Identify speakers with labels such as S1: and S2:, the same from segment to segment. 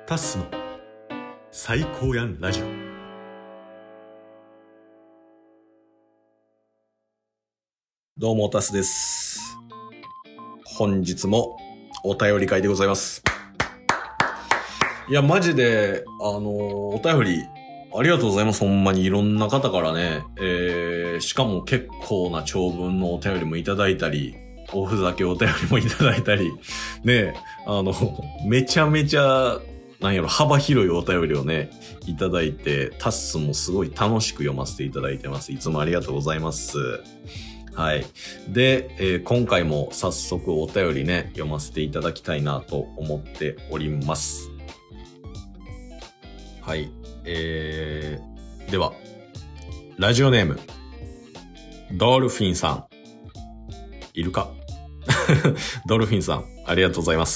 S1: タッスの最高やんラジオ。どうもタスです。本日もお便り会でございます。いやマジでお便りありがとうございます。ほんまにいろんな方からね、しかも結構な長文のお便りもいただいたり、おふざけお便りもいただいたりね、めちゃめちゃ幅広いお便りをねいただいて、タッスもすごい楽しく読ませていただいてます。いつもありがとうございます。はい。で、今回も早速お便りね読ませていただきたいなと思っております。はい。ではラジオネームドルフィンさんいるかドルフィンさんありがとうございます。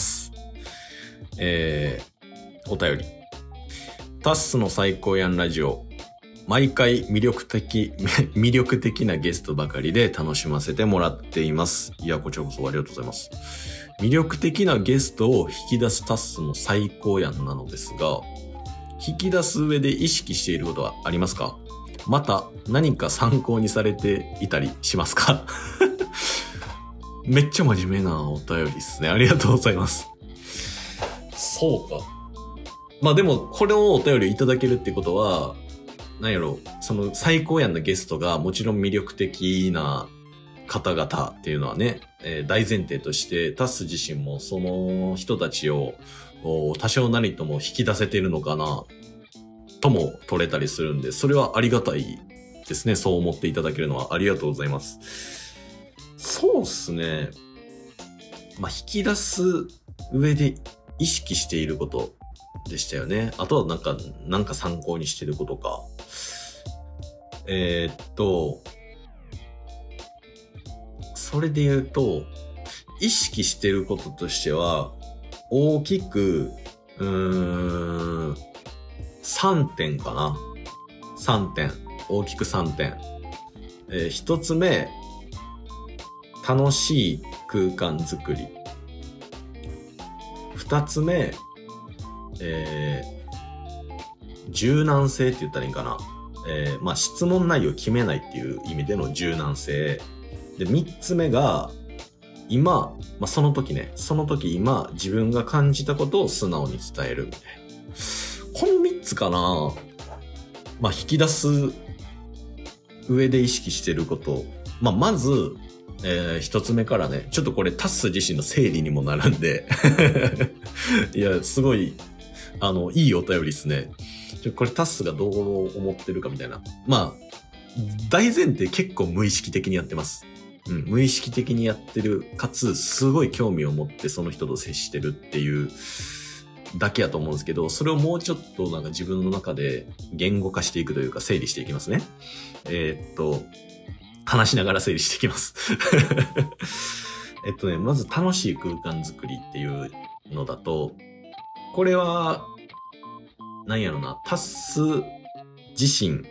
S1: お便り。タッスの最高やんラジオ、毎回魅力的なゲストばかりで楽しませてもらっています。いや、こちらこそありがとうございます。魅力的なゲストを引き出すタッスの最高やんなのですが、引き出す上で意識していることはありますか？また何か参考にされていたりしますか？めっちゃ真面目なお便りですね。ありがとうございます。そうか。まあでもこれをお便りいただけるってことは、その最高やんなゲストがもちろん魅力的な方々っていうのはね、大前提としてタス自身もその人たちを多少なりとも引き出せてるのかなとも取れたりするんで、それはありがたいですね。そう思っていただけるのはありがとうございます。そうっすね。まあ引き出す上で意識していることでしたよね。あとはなんか参考にしてることか。それで言うと、意識してることとしては、大きく、3点かな。3点。大きく3点。1つ目、楽しい空間づくり。2つ目、柔軟性って言ったらいいんかな。まあ質問内容を決めないっていう意味での柔軟性。で、3つ目が、今、まあその時今自分が感じたことを素直に伝えるみたいな。この3つかな。まあ引き出す上で意識してること。まあまず、1つ目からね、ちょっとこれタス自身の整理にもなるんでいやすごいいいお便りですね。これタスがどう思ってるかみたいな。まあ大前提結構無意識的にやってます。無意識的にやってる、かつすごい興味を持ってその人と接してるっていうだけやと思うんですけど、それをもうちょっと自分の中で言語化していくというか整理していきますね。話しながら整理していきますまず楽しい空間づくりっていうのだと、これはタス自身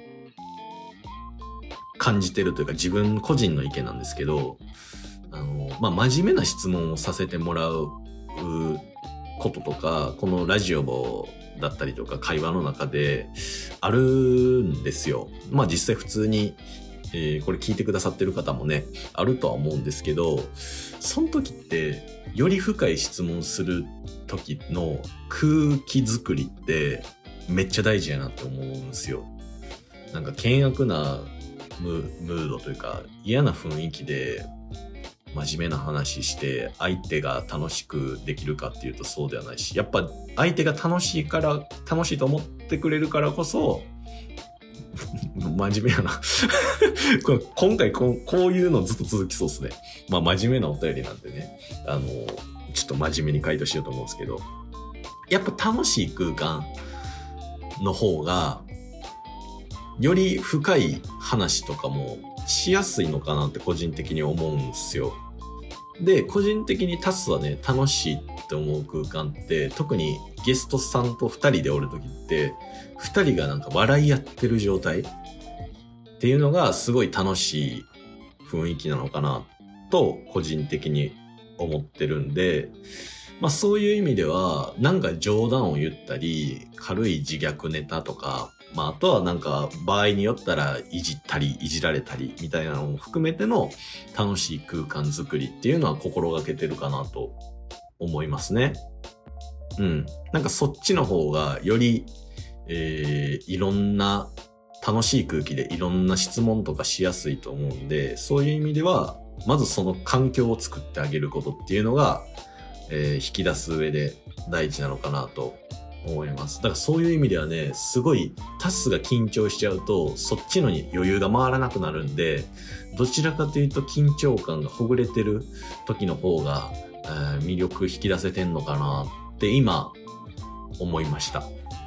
S1: 感じてるというか自分個人の意見なんですけど、まあ真面目な質問をさせてもらうこととか、このラジオだったりとか会話の中であるんですよ。まあ実際普通にこれ聞いてくださってる方もねあるとは思うんですけど、その時ってより深い質問する時の空気作りってめっちゃ大事やなって思うんですよ。険悪なムードというか嫌な雰囲気で真面目な話して相手が楽しくできるかっていうとそうではないし、やっぱ相手が楽しいと思ってくれるからこそ真面目やな今回こういうのずっと続きそうですね。まあ真面目なお便りなんでね、ちょっと真面目に回答しようと思うんですけど、やっぱ楽しい空間の方がより深い話とかもしやすいのかなって個人的に思うんですよ。で、個人的にタスはね、楽しいって思う空間って、特にゲストさんと2人でおる時って、2人が笑い合ってる状態っていうのがすごい楽しい雰囲気なのかなと個人的に思ってるんで、 まあそういう意味では、なんか冗談を言ったり、軽い自虐ネタとか、まああとはなんか場合によったらいじったり、いじられたりみたいなのも含めての楽しい空間作りっていうのは心がけてるかなと思いますね。うん。なんかそっちの方がより、いろんな楽しい空気でいろんな質問とかしやすいと思うんで、そういう意味では、まずその環境を作ってあげることっていうのが、引き出す上で大事なのかなと思います。だからそういう意味ではね、すごいタスが緊張しちゃうと、そっちのに余裕が回らなくなるんで、どちらかというと緊張感がほぐれてる時の方が、魅力引き出せてんのかなって今思いました。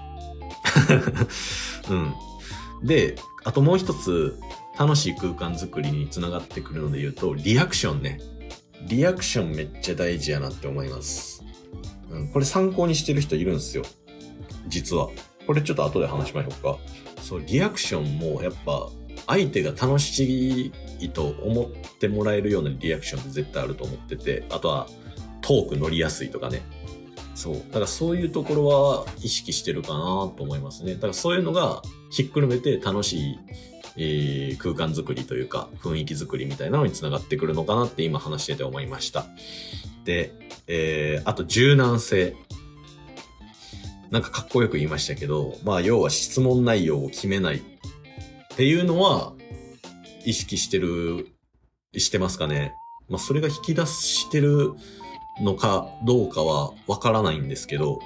S1: うん。で、あともう一つ楽しい空間作りにつながってくるので言うと、リアクションね。リアクションめっちゃ大事やなって思います。うん、これ参考にしてる人いるんですよ。実は。これちょっと後で話しましょうか。そう、リアクションもやっぱ相手が楽しいと思ってもらえるようなリアクションって絶対あると思ってて、あとはトーク乗りやすいとかね。そう。だからそういうところは意識してるかなと思いますね。だからそういうのがひっくるめて楽しい、空間作りというか雰囲気作りみたいなのにつながってくるのかなって今話してて思いました。で、あと柔軟性。なんかかっこよく言いましたけど、まあ要は質問内容を決めないっていうのは意識してますかね。まあそれが引き出してるのかどうかはわからないんですけど、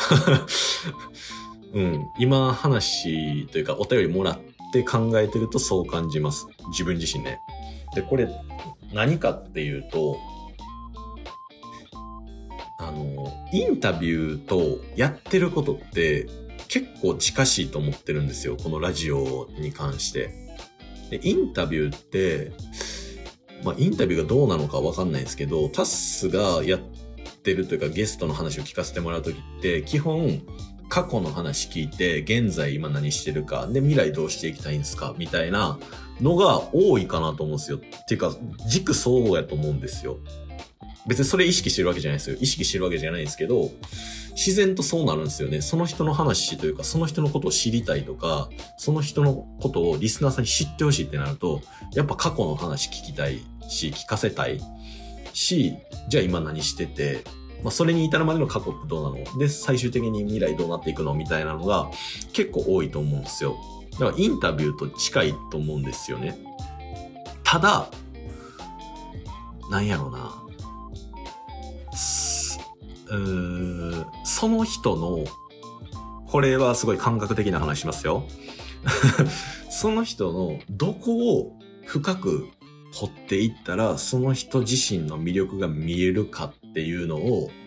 S1: うん、今話というかお便りもらって考えてるとそう感じます。自分自身ね。で、これ何かっていうと、インタビューとやってることって結構近しいと思ってるんですよ。このラジオに関して。で、インタビューって、まあ、インタビューがどうなのかわかんないんですけど、タスがやってるというかゲストの話を聞かせてもらうときって、基本、過去の話聞いて、現在今何してるか、で、未来どうしていきたいんですかみたいなのが多いかなと思うんですよ。っていうか、軸そうやと思うんですよ。別にそれ意識してるわけじゃないですよ。意識してるわけじゃないんですけど、自然とそうなるんですよね。その人の話というか、その人のことを知りたいとか、その人のことをリスナーさんに知ってほしいってなると、やっぱ過去の話聞きたいし、聞かせたいし、じゃあ今何してて、まあそれに至るまでの過去ってどうなの？で、最終的に未来どうなっていくのみたいなのが結構多いと思うんですよ。だからインタビューと近いと思うんですよね。ただ、なんやろうな。その人の、これはすごい感覚的な話しますよ。その人のどこを深く掘っていったら、その人自身の魅力が見えるかっていうの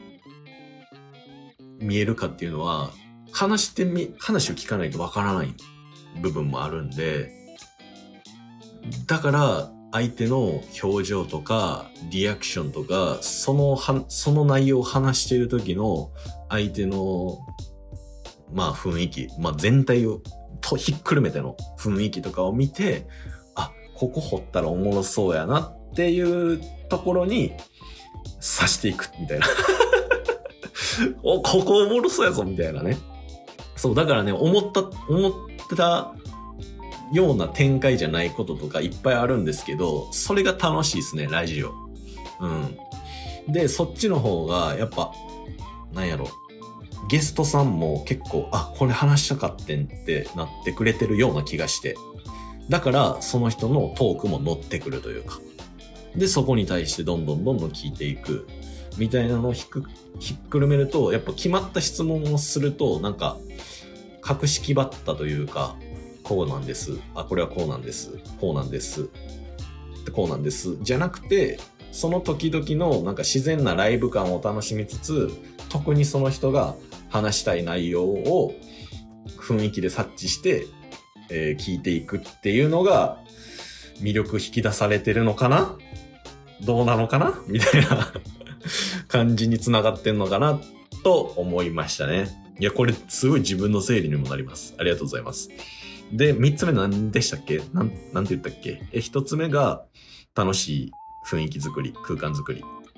S1: は、話を聞かないとわからない部分もあるんで、だから、相手の表情とかリアクションとかその内容を話している時の相手のまあ雰囲気、まあ全体をひっくるめての雰囲気とかを見て、あ、ここ掘ったらおもろそうやなっていうところに刺していくみたいなここおもろそうやぞみたいなね。そうだからね、思ってたような展開じゃないこととかいっぱいあるんですけど、それが楽しいですね、ラジオ。うん。で、そっちの方が、やっぱ、なんやろ、ゲストさんも結構、あ、これ話したかってんってなってくれてるような気がして。だから、その人のトークも乗ってくるというか。で、そこに対してどんどん聞いていく。みたいなのをひっくるめると、やっぱ決まった質問をすると、なんか、格式ばったというか、こうなんです。あ、これはこうなんです。こうなんです。こうなんです。じゃなくて、その時々のなんか自然なライブ感を楽しみつつ、特にその人が話したい内容を雰囲気で察知して、聞いていくっていうのが魅力引き出されてるのかな？どうなのかな？みたいな感じにつながってんのかなと思いましたね。いや、これすごい自分の整理にもなります。ありがとうございます。で、3つ目何でしたっけ？なんて言ったっけ？1つ目が楽しい雰囲気作り、空間作り。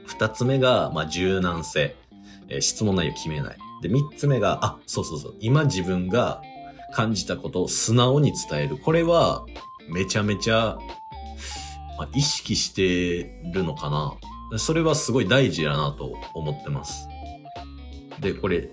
S1: 二つ目が、柔軟性。質問内容決めない。で、三つ目が、今自分が感じたことを素直に伝える。これは、めちゃめちゃ、意識してるのかな。それはすごい大事だなと思ってます。で、これ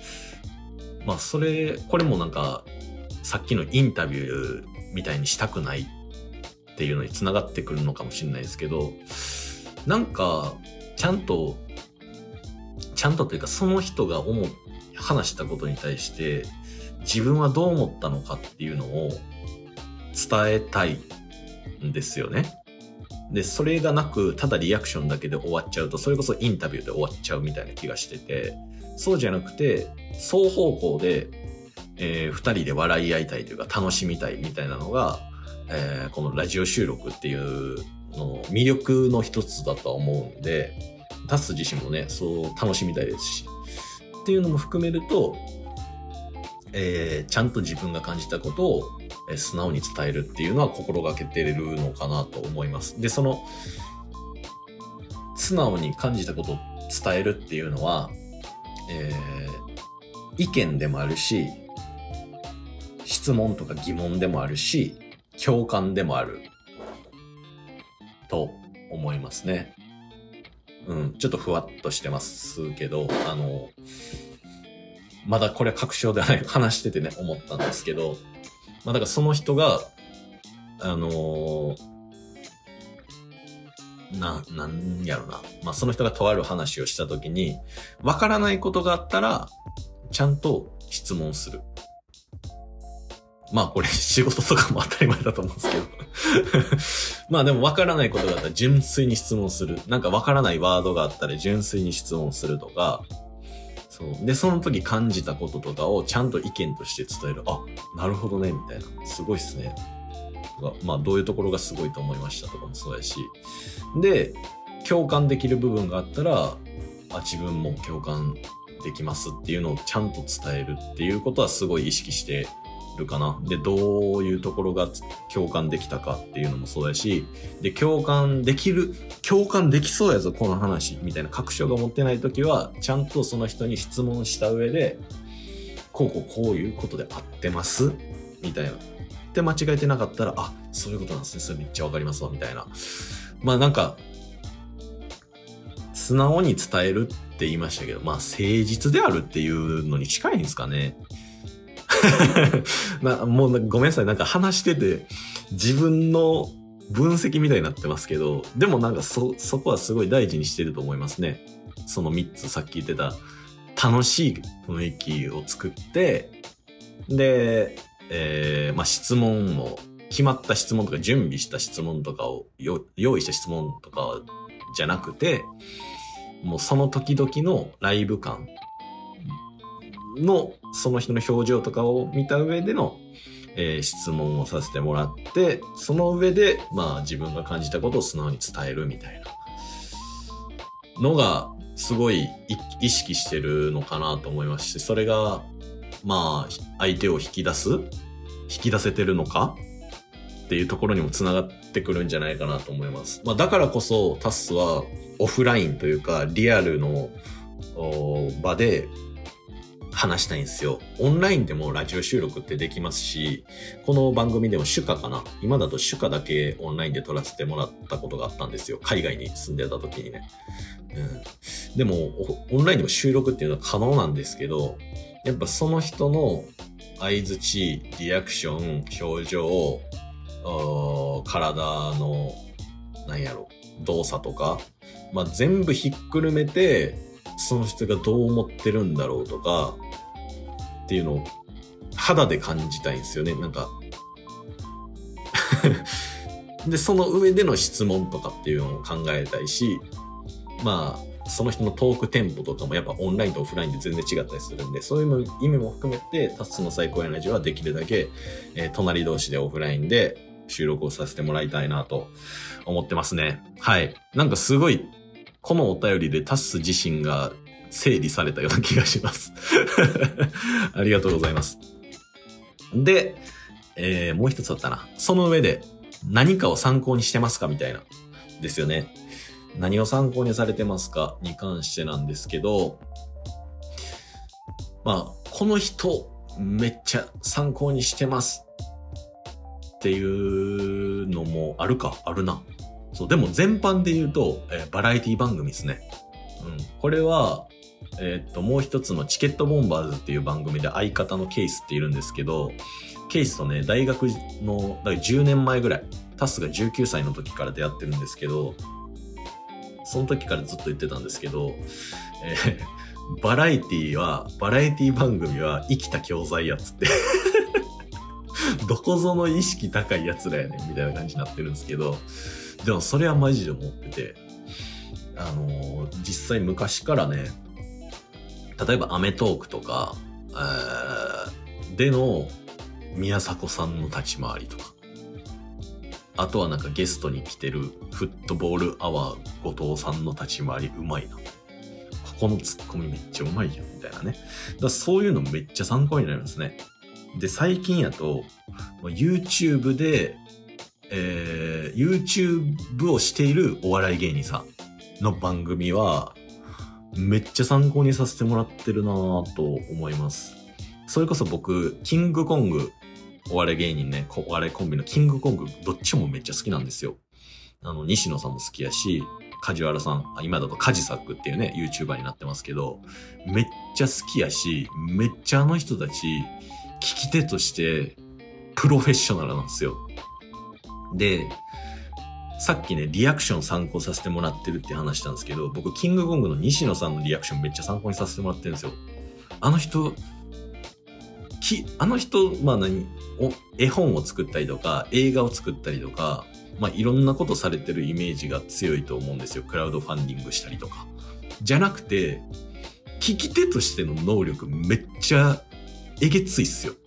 S1: もなんか、さっきのインタビューみたいにしたくないっていうのに繋がってくるのかもしれないですけど、なんか、ちゃんとというか、その人が話したことに対して、自分はどう思ったのかっていうのを伝えたいんですよね。で、それがなく、ただリアクションだけで終わっちゃうと、それこそインタビューで終わっちゃうみたいな気がしてて、そうじゃなくて、双方向で、二人で笑い合いたいというか、楽しみたいみたいなのが、このラジオ収録っていうの魅力の一つだとは思うんで、タス自身もね、そう楽しみたいですし、っていうのも含めると、ちゃんと自分が感じたことを素直に伝えるっていうのは心がけてるのかなと思います。で、その素直に感じたことを伝えるっていうのは、意見でもあるし、質問とか疑問でもあるし、共感でもあると思いますね。ちょっとふわっとしてますけど、まだこれ確証ではない、話しててね、思ったんですけど、だからその人が、なんやろな。その人がとある話をしたときに、わからないことがあったら、ちゃんと質問する。これ仕事とかも当たり前だと思うんですけど。でもわからないことがあったら純粋に質問する。なんかわからないワードがあったら純粋に質問するとか、そう。で、その時感じたこととかをちゃんと意見として伝える。あ、なるほどね、みたいな。すごいっすね。どういうところがすごいと思いましたとかもそうやし。で、共感できる部分があったら、自分も共感できますっていうのをちゃんと伝えるっていうことはすごい意識してるかな。で、どういうところが共感できたかっていうのもそうやし、で、共感できそうやぞ、この話、みたいな確証が持ってないときは、ちゃんとその人に質問した上で、こういうことで合ってますみたいな。で、間違えてなかったら、そういうことなんですね。それめっちゃわかりますわ、みたいな。なんか、素直に伝えるって言いましたけど、誠実であるっていうのに近いんですかね。もうごめんなさい。なんか話してて、自分の分析みたいになってますけど、でもなんかそこはすごい大事にしてると思いますね。その3つさっき言ってた、楽しい雰囲気を作って、で、質問も、決まった質問とか準備した質問とかを用意した質問とかじゃなくて、もうその時々のライブ感のその人の表情とかを見た上での、質問をさせてもらって、その上で自分が感じたことを素直に伝えるみたいなのがすごい意識してるのかなと思いますし、それが相手を引き出せてるのかっていうところにもつながってくるんじゃないかなと思います。だからこそタスはオフラインというかリアルの場で話したいんですよ。オンラインでもラジオ収録ってできますし、この番組でも主歌かな。今だと主歌だけオンラインで撮らせてもらったことがあったんですよ。海外に住んでた時にね。でもオンラインでも収録っていうのは可能なんですけど、やっぱその人の相槌、リアクション、表情、体の動作とか、全部ひっくるめてその人がどう思ってるんだろうとかっていうのを肌で感じたいんですよね。なんかでその上での質問とかっていうのを考えたいし、その人のトークテンポとかもやっぱオンラインとオフラインで全然違ったりするんで、そういう意味も含めてタスの最高やラジオはできるだけ、隣同士でオフラインで収録をさせてもらいたいなと思ってますね。はい。なんかすごいこのお便りでタス自身が整理されたような気がしますありがとうございます。で、もう一つあったな。その上で何かを参考にしてますかみたいなですよね。 何を参考にされてますかに関してなんですけど、まあ、この人めっちゃ参考にしてますっていうのもあるな。そう、でも全般で言うと、バラエティ番組ですね。これは、もう一つのチケットボンバーズっていう番組で相方のケイスっているんですけど、ケイスとね、大学の、だから10年前ぐらい、タスが19歳の時から出会ってるんですけど、その時からずっと言ってたんですけど、バラエティ番組は生きた教材やつってどこぞの意識高いやつらやねんみたいな感じになってるんですけど、でもそれはマジで思ってて、実際昔からね、例えばアメトークとか、での宮迫さんの立ち回りとか、あとはなんかゲストに来てるフットボールアワー後藤さんの立ち回りうまいな。ここのツッコミめっちゃうまいよみたいなね。だからそういうのめっちゃ参考になりますね。で、最近やと YouTube で、YouTube をしているお笑い芸人さんの番組はめっちゃ参考にさせてもらってるなぁと思います。それこそ僕キングコングお笑い芸人ね、お笑いコンビのキングコングどっちもめっちゃ好きなんですよ。西野さんも好きやし、梶原さん、今だとカジサックっていうね YouTuber になってますけど、めっちゃ好きやし、めっちゃあの人たち聞き手としてプロフェッショナルなんですよ。で、さっきねリアクション参考させてもらってるって話したんですけど、僕キングコングの西野さんのリアクションめっちゃ参考にさせてもらってるんですよ。あの人、まあ絵本を作ったりとか映画を作ったりとか、まあいろんなことされてるイメージが強いと思うんですよ。クラウドファンディングしたりとかじゃなくて、聞き手としての能力めっちゃえげついっすよ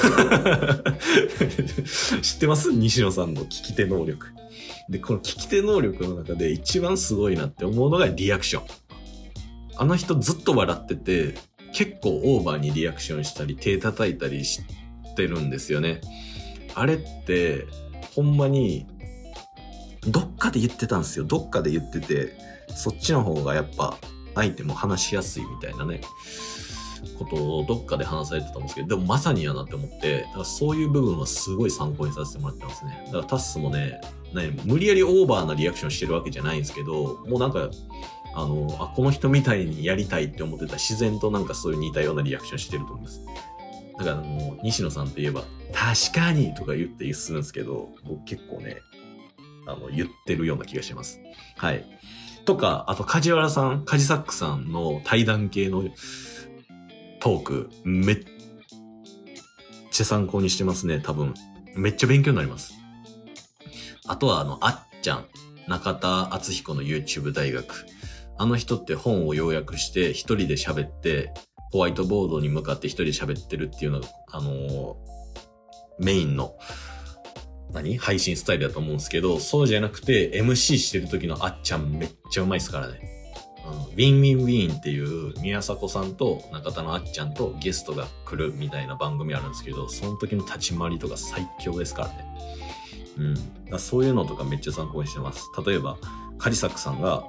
S1: 知ってます？西野さんの聞き手能力で、この聞き手能力の中で一番すごいなって思うのがリアクション。あの人ずっと笑ってて結構オーバーにリアクションしたり手叩いたりしてるんですよね。あれってほんまにどっかで言ってたんですよ。どっかで言ってて、そっちの方がやっぱ相手も話しやすいみたいなねことをどっかで話されてたと思うんですけど、でもまさにやなって思って、だからそういう部分はすごい参考にさせてもらってますね。だからタッスもね、無理やりオーバーなリアクションしてるわけじゃないんですけど、もうなんかこの人みたいにやりたいって思ってたら自然となんかそういう似たようなリアクションしてると思います。だから西野さんといえば確かにとか言ってするんですけど、僕結構ね言ってるような気がします。はい。とか、あと梶原さん、カジサックさんの対談系のトークめっちゃ参考にしてますね。多分めっちゃ勉強になります。あとはあっちゃん、中田敦彦の YouTube 大学。あの人って本を要約して一人で喋って、ホワイトボードに向かって一人で喋ってるっていうのが、メインの、配信スタイルだと思うんですけど、そうじゃなくて MC してる時のあっちゃんめっちゃうまいですからね。ウィンウィンウィンっていう宮迫さんと中田のあっちゃんとゲストが来るみたいな番組あるんですけど、その時の立ち回りとか最強ですからね。だからそういうのとかめっちゃ参考にしてます。例えば、カジサックさんが、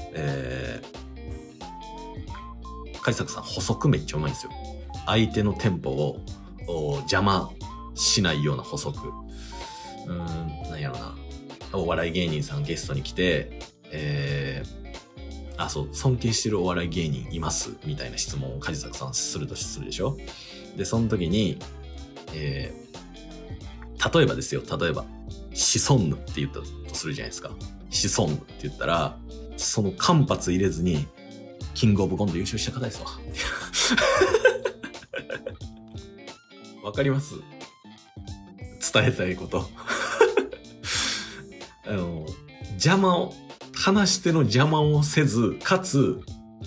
S1: カジサックさん補足めっちゃうまいんですよ。相手のテンポを邪魔しないような補足。なんやろな。お笑い芸人さんゲストに来て、尊敬してるお笑い芸人いますみたいな質問をカジサックさんするとするでしょ。で、その時に、例えばですよ、シソンヌって言ったとするじゃないですか。シソンヌって言ったら、その間髪入れずに、キングオブコント優勝した方ですわ。わかります？伝えたいこと。話し手の邪魔をせず、かつ、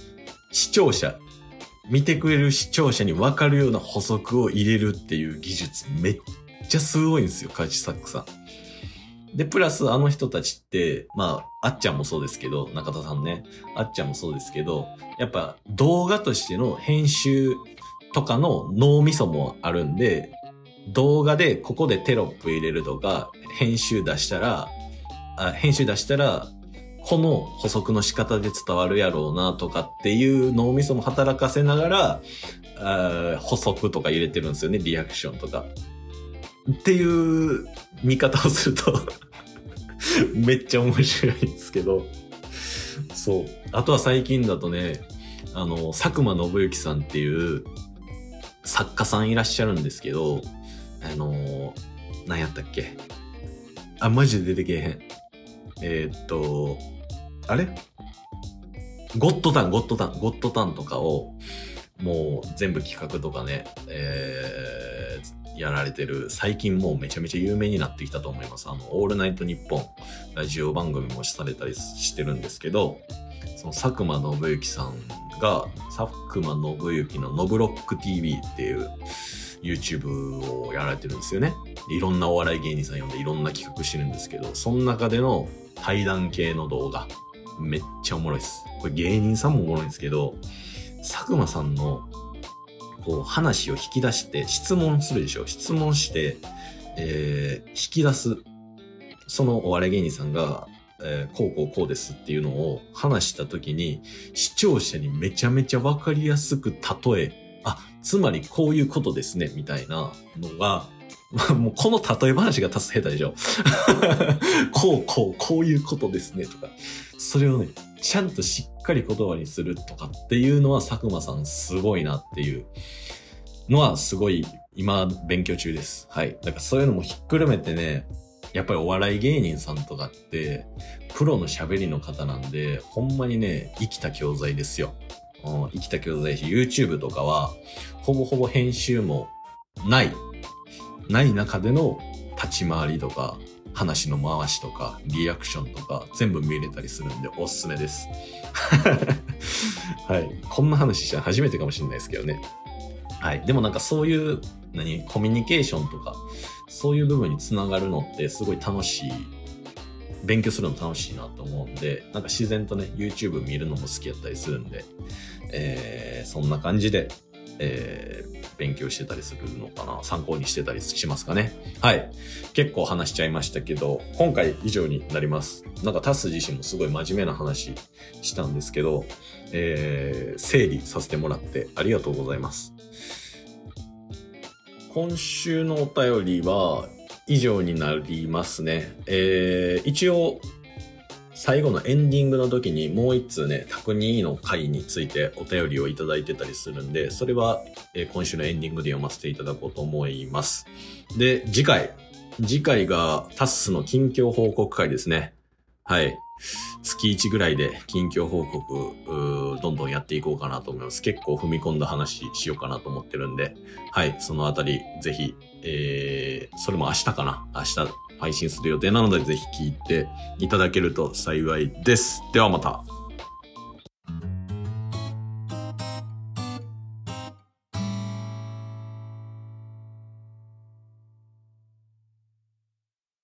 S1: 見てくれる視聴者に分かるような補足を入れるっていう技術めっちゃすごいんですよ、カジサックさん。で、プラスあの人たちって、あっちゃんもそうですけど、中田さんね、あっちゃんもそうですけど、やっぱ動画としての編集とかの脳みそもあるんで、動画でここでテロップ入れるとか、編集出したら、 この補足の仕方で伝わるやろうなとかっていう脳みそも働かせながら、補足とか入れてるんですよね、リアクションとか。っていう見方をするとめっちゃ面白いんですけど、そう。あとは最近だとね、佐久間信之さんっていう作家さんいらっしゃるんですけど、何やったっけ？マジで出てけえへん。あれ？ゴッドタンとかを、もう全部企画とかね、やられてる、最近もうめちゃめちゃ有名になってきたと思います。オールナイトニッポン、ラジオ番組もされたりしてるんですけど、その佐久間信之さんが、佐久間信之のノブロック TV っていう YouTube をやられてるんですよね。いろんなお笑い芸人さん呼んでいろんな企画してるんですけど、その中での対談系の動画、めっちゃおもろいです。これ芸人さんもおもろいんですけど、佐久間さんのこう話を引き出して質問するでしょ。質問して、引き出す。そのお笑い芸人さんが、こうですっていうのを話したときに、視聴者にめちゃめちゃわかりやすく例え、つまりこういうことですね、みたいなのが、もうこの例え話が立つ下手でしょ。こういうことですね、とか。それをね、ちゃんとしっかり言葉にするとかっていうのは佐久間さんすごいなっていうのはすごい今勉強中です。はい。だからそういうのもひっくるめてね、やっぱりお笑い芸人さんとかってプロの喋りの方なんで、ほんまにね、生きた教材ですよ。生きた教材し、YouTube とかはほぼほぼ編集もない中での立ち回りとか、話の回しとか、リアクションとか、全部見れたりするんでおすすめです。はい。こんな話したら初めてかもしれないですけどね。はい。でもなんかそういう、コミュニケーションとか、そういう部分につながるのってすごい楽しい。勉強するの楽しいなと思うんで、なんか自然とね、YouTube 見るのも好きやったりするんで、そんな感じで、勉強してたりするのかな、参考にしてたりしますかね。はい。結構話しちゃいましたけど、今回以上になります。なんかタス自身もすごい真面目な話したんですけど、整理させてもらってありがとうございます。今週のお便りは以上になりますね。一応、最後のエンディングの時にもう一通ね、卓2の回についてお便りをいただいてたりするんで、それは今週のエンディングで読ませていただこうと思います。で、次回がタッスの近況報告会ですね。はい。月1ぐらいで近況報告どんどんやっていこうかなと思います。結構踏み込んだ話しようかなと思ってるんで、はい、そのあたりぜひ、それも明日かな。明日配信する予定なのでぜひ聞いていただけると幸いです。ではまた。